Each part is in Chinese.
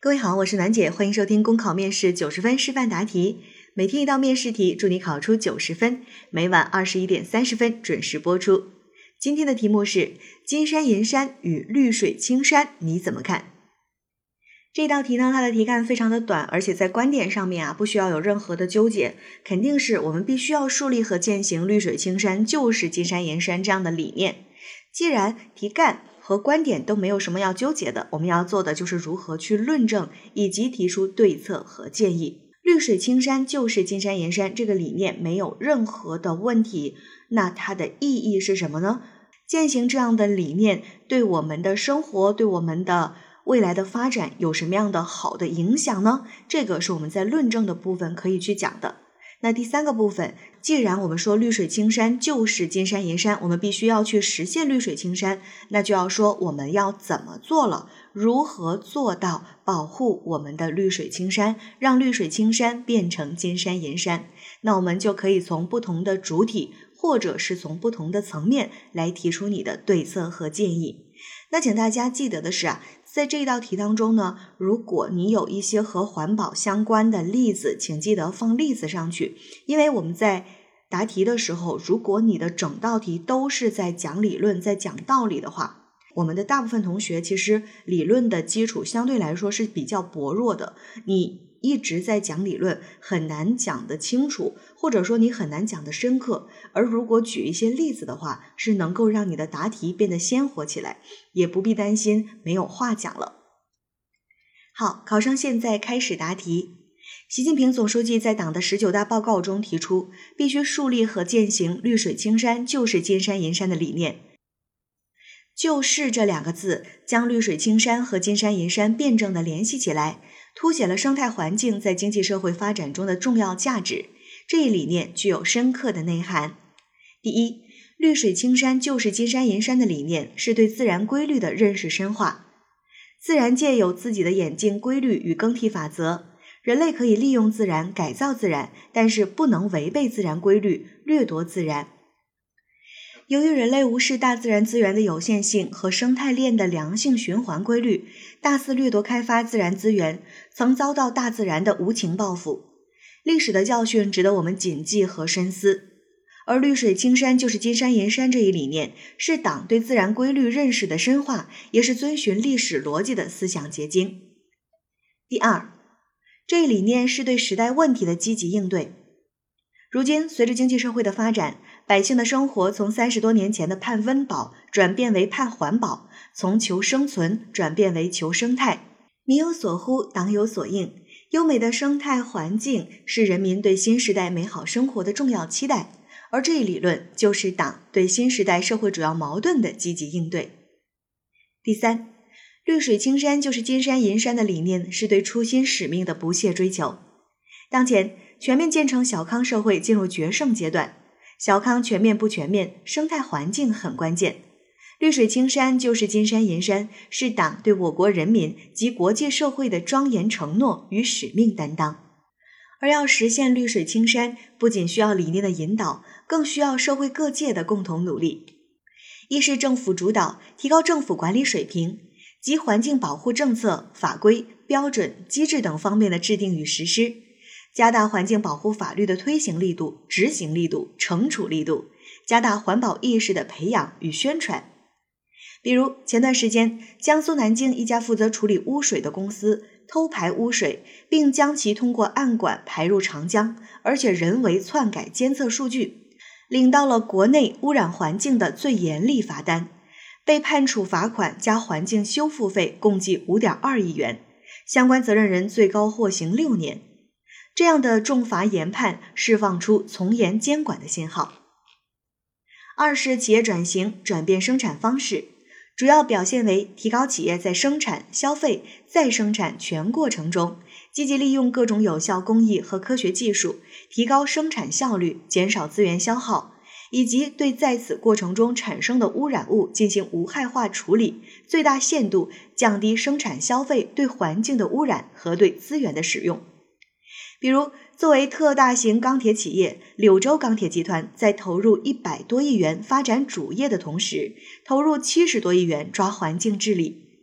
各位好，我是暖姐，欢迎收听公考面试90分示范答题，每天一道面试题，祝你考出90分，每晚21点30分准时播出。今天的题目是金山银山与绿水青山，你怎么看？这道题呢，它的题干非常的短，而且在观点上面不需要有任何的纠结，肯定是我们必须要树立和践行绿水青山就是金山银山这样的理念。既然题干和观点都没有什么要纠结的，我们要做的就是如何去论证以及提出对策和建议。绿水青山就是金山银山这个理念没有任何的问题，那它的意义是什么呢？践行这样的理念对我们的生活，对我们的未来的发展有什么样的好的影响呢？这个是我们在论证的部分可以去讲的。那第三个部分，既然我们说绿水青山就是金山银山，我们必须要去实现绿水青山，那就要说我们要怎么做了，如何做到保护我们的绿水青山，让绿水青山变成金山银山。那我们就可以从不同的主体或者是从不同的层面来提出你的对策和建议。那请大家记得的是在这道题当中呢，如果你有一些和环保相关的例子，请记得放例子上去，因为我们在答题的时候，如果你的整道题都是在讲理论，在讲道理的话，我们的大部分同学其实理论的基础相对来说是比较薄弱的，你一直在讲理论很难讲得清楚，或者说你很难讲得深刻，而如果举一些例子的话，是能够让你的答题变得鲜活起来，也不必担心没有话讲了。好，考生现在开始答题。习近平总书记在党的19大报告中提出，必须树立和践行绿水青山就是金山银山的理念。就是这两个字，将绿水青山和金山银山辩证地联系起来，凸显了生态环境在经济社会发展中的重要价值。这一理念具有深刻的内涵。第一，绿水青山就是金山银山的理念是对自然规律的认识深化。自然界有自己的演进规律与更替法则，人类可以利用自然，改造自然，但是不能违背自然规律，掠夺自然。由于人类无视大自然资源的有限性和生态链的良性循环规律，大肆掠夺开发自然资源，曾遭到大自然的无情报复。历史的教训值得我们谨记和深思。而绿水青山就是金山银山这一理念，是党对自然规律认识的深化，也是遵循历史逻辑的思想结晶。第二，这一理念是对时代问题的积极应对。如今，随着经济社会的发展，百姓的生活从30多年前的盼温饱转变为盼环保，从求生存转变为求生态。民有所呼，党有所应。优美的生态环境是人民对新时代美好生活的重要期待，而这一理论就是党对新时代社会主要矛盾的积极应对。第三，绿水青山就是金山银山的理念是对初心使命的不懈追求。当前，全面建成小康社会进入决胜阶段，小康全面不全面，生态环境很关键。绿水青山就是金山银山，是党对我国人民及国际社会的庄严承诺与使命担当。而要实现绿水青山，不仅需要理念的引导，更需要社会各界的共同努力。一是政府主导，提高政府管理水平，及环境保护政策、法规、标准、机制等方面的制定与实施，加大环境保护法律的推行力度、执行力度、惩处力度，加大环保意识的培养与宣传。比如前段时间，江苏南京一家负责处理污水的公司偷排污水，并将其通过暗管排入长江，而且人为篡改监测数据，领到了国内污染环境的最严厉罚单，被判处罚款加环境修复费共计5.2亿元，相关责任人最高获刑6年。这样的重罚严判释放出从严监管的信号。二是企业转型转变生产方式，主要表现为提高企业在生产、消费、再生产全过程中，积极利用各种有效工艺和科学技术，提高生产效率，减少资源消耗，以及对在此过程中产生的污染物进行无害化处理，最大限度降低生产消费对环境的污染和对资源的使用。比如，作为特大型钢铁企业，柳州钢铁集团在投入100多亿元发展主业的同时，投入70多亿元抓环境治理。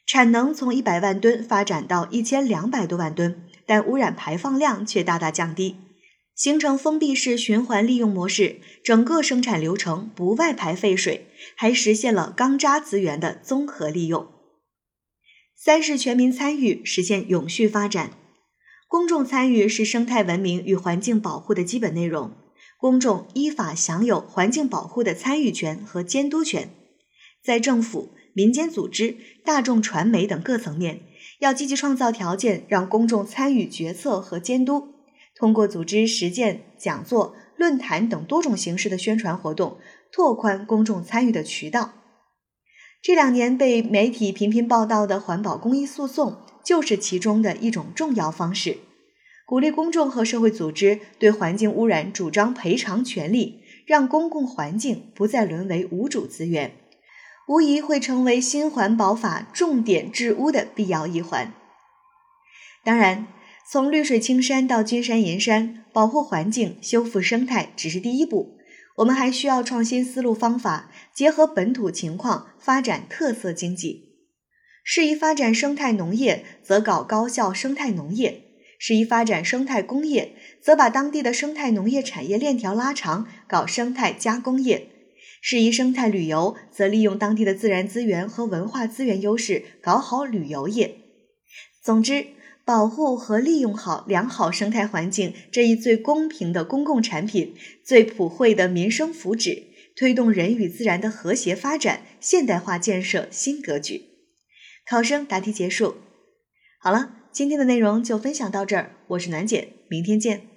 产能从100万吨发展到1200多万吨，但污染排放量却大大降低，形成封闭式循环利用模式，整个生产流程不外排废水，还实现了钢渣资源的综合利用。3是全民参与，实现永续发展。公众参与是生态文明与环境保护的基本内容，公众依法享有环境保护的参与权和监督权。在政府、民间组织、大众传媒等各层面，要积极创造条件，让公众参与决策和监督，通过组织实践、讲座、论坛等多种形式的宣传活动，拓宽公众参与的渠道。这2年被媒体频频报道的环保公益诉讼，就是其中的一种重要方式，鼓励公众和社会组织对环境污染主张赔偿权利，让公共环境不再沦为无主资源，无疑会成为新环保法重点治污的必要一环。当然，从绿水青山到金山银山，保护环境、修复生态只是第一步，我们还需要创新思路方法，结合本土情况发展特色经济。适宜发展生态农业，则搞高效生态农业；适宜发展生态工业，则把当地的生态农业产业链条拉长，搞生态加工业；适宜生态旅游，则利用当地的自然资源和文化资源优势，搞好旅游业。总之，保护和利用好良好生态环境这一最公平的公共产品，最普惠的民生福祉，推动人与自然的和谐发展，现代化建设新格局。考生答题结束。好了，今天的内容就分享到这儿，我是暖姐，明天见。